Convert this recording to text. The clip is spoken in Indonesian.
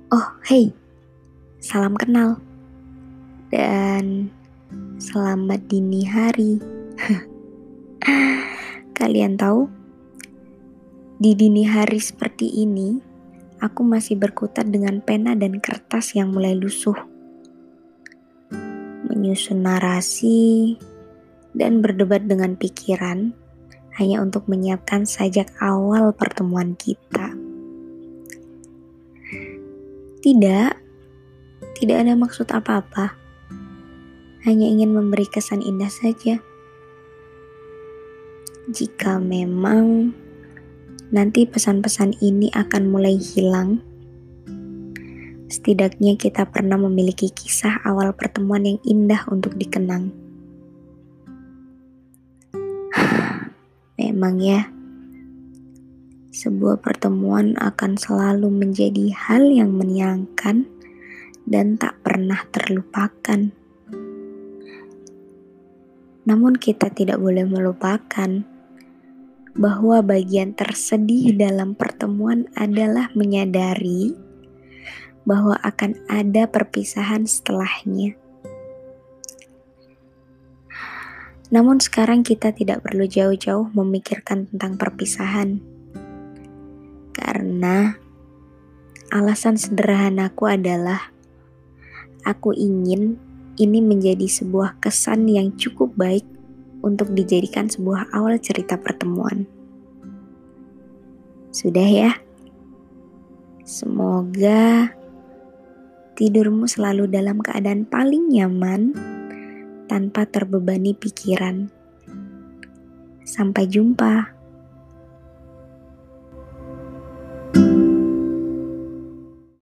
Oh, hey, salam kenal dan selamat dini hari. Kalian tahu, di dini hari seperti ini, aku masih berkutat dengan pena dan kertas yang mulai lusuh. Menyusun narasi dan berdebat dengan pikiran hanya untuk menyiapkan sajak awal pertemuan kita. Tidak ada maksud apa-apa. Hanya ingin memberi kesan indah saja. Jika memang nanti pesan-pesan ini akan mulai hilang, setidaknya kita pernah memiliki kisah awal pertemuan yang indah untuk dikenang. Memang ya, sebuah pertemuan akan selalu menjadi hal yang menyenangkan dan tak pernah terlupakan. Namun kita tidak boleh melupakan bahwa bagian tersedih dalam pertemuan adalah menyadari bahwa akan ada perpisahan setelahnya. Namun sekarang kita tidak perlu jauh-jauh memikirkan tentang perpisahan. Karena alasan sederhanaku adalah aku ingin ini menjadi sebuah kesan yang cukup baik untuk dijadikan sebuah awal cerita pertemuan. Sudah ya? Semoga tidurmu selalu dalam keadaan paling nyaman tanpa terbebani pikiran. Sampai jumpa.